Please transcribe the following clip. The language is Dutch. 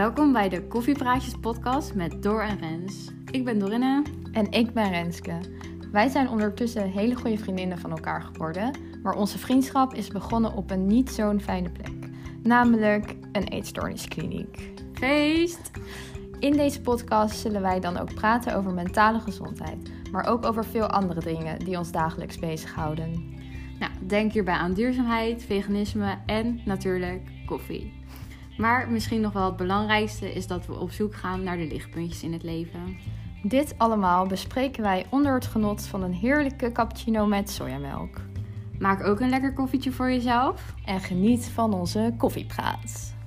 Welkom bij de Koffiepraatjes podcast met Dor en Rens. Ik ben Dorinne. En ik ben Renske. Wij zijn ondertussen hele goede vriendinnen van elkaar geworden, maar onze vriendschap is begonnen op een niet zo'n fijne plek. Namelijk een eetstoorniskliniek. Feest! In deze podcast zullen wij dan ook praten over mentale gezondheid, maar ook over veel andere dingen die ons dagelijks bezighouden. Nou, denk hierbij aan duurzaamheid, veganisme en natuurlijk koffie. Maar misschien nog wel het belangrijkste is dat we op zoek gaan naar de lichtpuntjes in het leven. Dit allemaal bespreken wij onder het genot van een heerlijke cappuccino met sojamelk. Maak ook een lekker koffietje voor jezelf. En geniet van onze koffiepraat.